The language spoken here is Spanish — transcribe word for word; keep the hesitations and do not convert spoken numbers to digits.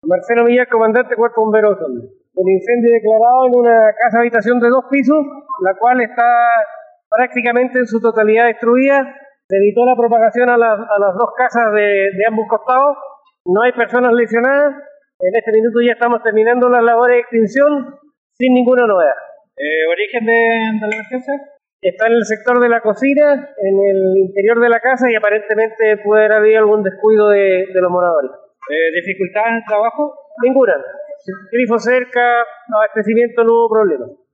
Marcelo Millar, comandante Cuerpo Bombero Osorno. El incendio declarado en una casa habitación de dos pisos, la cual está prácticamente en su totalidad destruida. Se evitó la propagación a, la, a las dos casas de, de ambos costados. No hay personas lesionadas. En este minuto ya estamos terminando las labores de extinción sin ninguna novedad. Eh, ¿Origen de, de la emergencia? Está en el sector de la cocina, en el interior de la casa, y aparentemente puede haber habido algún descuido de, de los moradores. Eh, ¿Dificultades en el trabajo? Ninguna. Grifo cerca, abastecimiento, no hubo problema.